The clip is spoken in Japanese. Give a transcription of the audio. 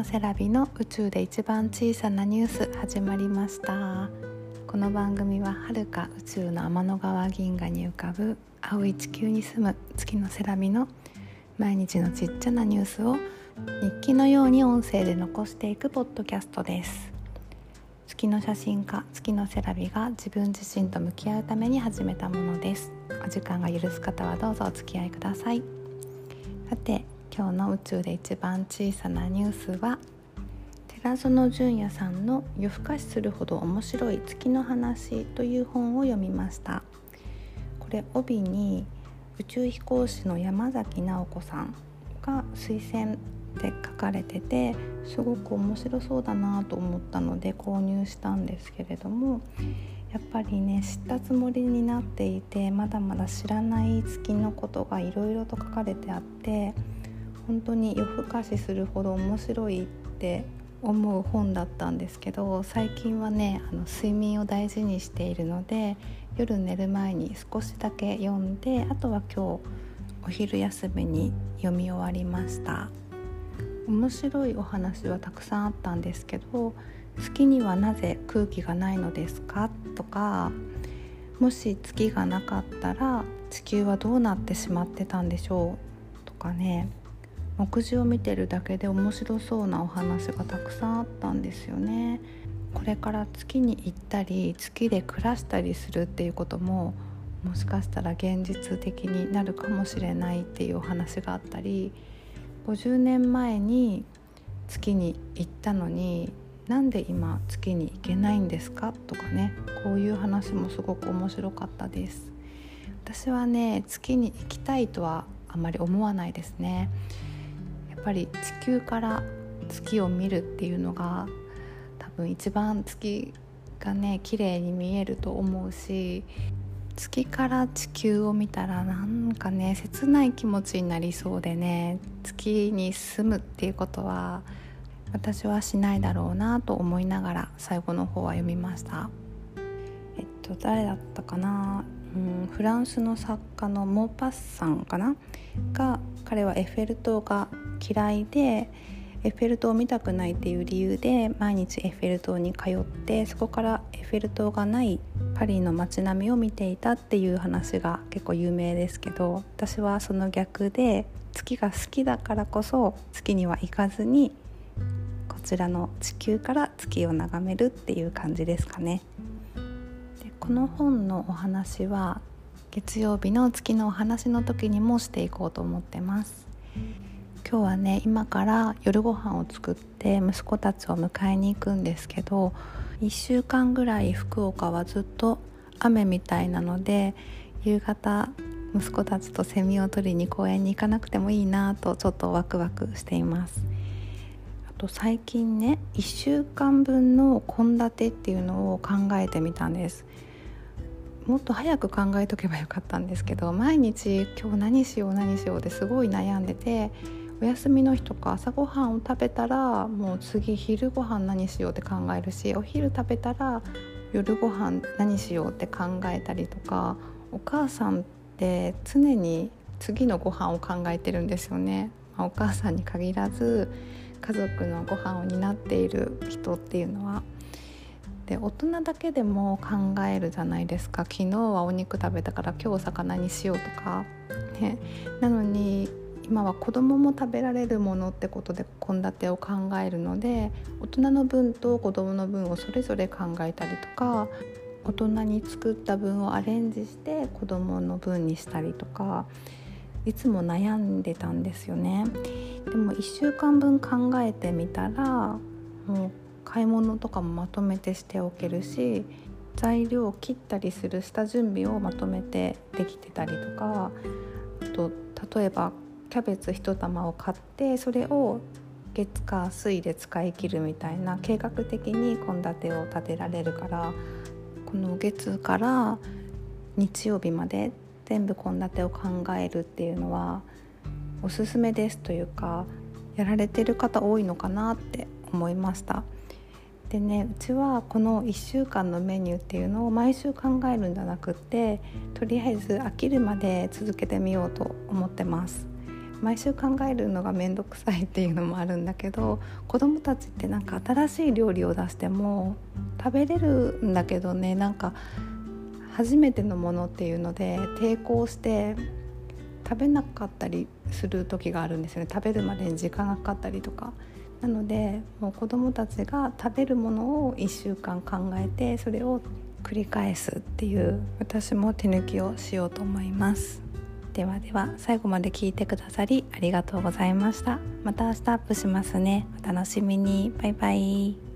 セラビの宇宙で一番小さなニュース始まりました。この番組は遥か宇宙の天の川銀河に浮かぶ青い地球に住む月のセラビの毎日のちっちゃなニュースを日記のように音声で残していくポッドキャストです。月の写真家月のセラビが自分自身と向き合うために始めたものです。お時間が許す方はどうぞお付き合いください。さて、今日の宇宙で一番小さなニュースは寺園純也さんの夜更かしするほど面白い月の話という本を読みました。これ帯に宇宙飛行士の山崎直子さんが推薦で書かれてて、すごく面白そうだなと思ったので購入したんですけれども、やっぱりね、知ったつもりになっていてまだまだ知らない月のことがいろいろと書かれてあって、本当に夜更かしするほど面白いって思う本だったんですけど、最近はね睡眠を大事にしているので夜寝る前に少しだけ読んで、あとは今日お昼休みに読み終わりました。面白いお話はたくさんあったんですけど、月にはなぜ空気がないのですかとか、もし月がなかったら地球はどうなってしまってたんでしょうとかね、目次を見てるだけで面白そうなお話がたくさんあったんですよね。これから月に行ったり月で暮らしたりするっていうことももしかしたら現実的になるかもしれないっていうお話があったり、50年前に月に行ったのになんで今月に行けないんですかとかね、こういう話もすごく面白かったです。私はね、月に行きたいとはあまり思わないですね。やっぱり地球から月を見るっていうのが多分一番月がね綺麗に見えると思うし、月から地球を見たらなんかね切ない気持ちになりそうでね、月に住むっていうことは私はしないだろうなと思いながら最後の方は読みました。誰だったかな、フランスの作家のモーパッサンかなが、彼はエッフェル塔が嫌いでエッフェル塔を見たくないっていう理由で毎日エッフェル塔に通って、そこからエッフェル塔がないパリの街並みを見ていたっていう話が結構有名ですけど、私はその逆で月が好きだからこそ月には行かずにこちらの地球から月を眺めるっていう感じですかね。でこの本のお話は月曜日の月のお話の時にもしていこうと思ってます。今日はね、今から夜ご飯を作って息子たちを迎えに行くんですけど、1週間ぐらい福岡はずっと雨みたいなので、夕方息子たちとセミを取りに公園に行かなくてもいいなとちょっとワクワクしています。あと最近ね、1週間分の献立っていうのを考えてみたんです。もっと早く考えとけばよかったんですけど、毎日今日何しようってすごい悩んでて、お休みの日とか朝ごはんを食べたらもう次昼ごはん何しようって考えるし、お昼食べたら夜ごはん何しようって考えたりとか、お母さんって常に次のご飯を考えてるんですよね。お母さんに限らず家族のご飯を担っている人っていうのはで、大人だけでも考えるじゃないですか。昨日はお肉食べたから今日お魚にしようとか、ね、なのに今は子供も食べられるものってことで献立を考えるので、大人の分と子供の分をそれぞれ考えたりとか、大人に作った分をアレンジして子供の分にしたりとか、いつも悩んでたんですよね。でも1週間分考えてみたら、もう買い物とかもまとめてしておけるし、材料を切ったりする下準備をまとめてできてたりとか、あと例えばキャベツ1玉を買ってそれを月火水で使い切るみたいな計画的に献立を立てられるから、この月から日曜日まで全部献立を考えるっていうのはおすすめですというか、やられてる方多いのかなって思いました。でね、うちはこの1週間のメニューっていうのを毎週考えるんじゃなくって、とりあえず飽きるまで続けてみようと思ってます。 毎週考えるのがめんどくさいっていうのもあるんだけど、子供たちってなんか新しい料理を出しても食べれるんだけどね、なんか初めてのものっていうので抵抗して食べなかったりする時があるんですよね。食べるまでに時間がかかったりとか。なのでもう子どもたちが食べるものを1週間考えて、それを繰り返すっていう、私も手抜きをしようと思います。ではでは、最後まで聞いてくださりありがとうございました。また明日アップしますね。お楽しみに。バイバイ。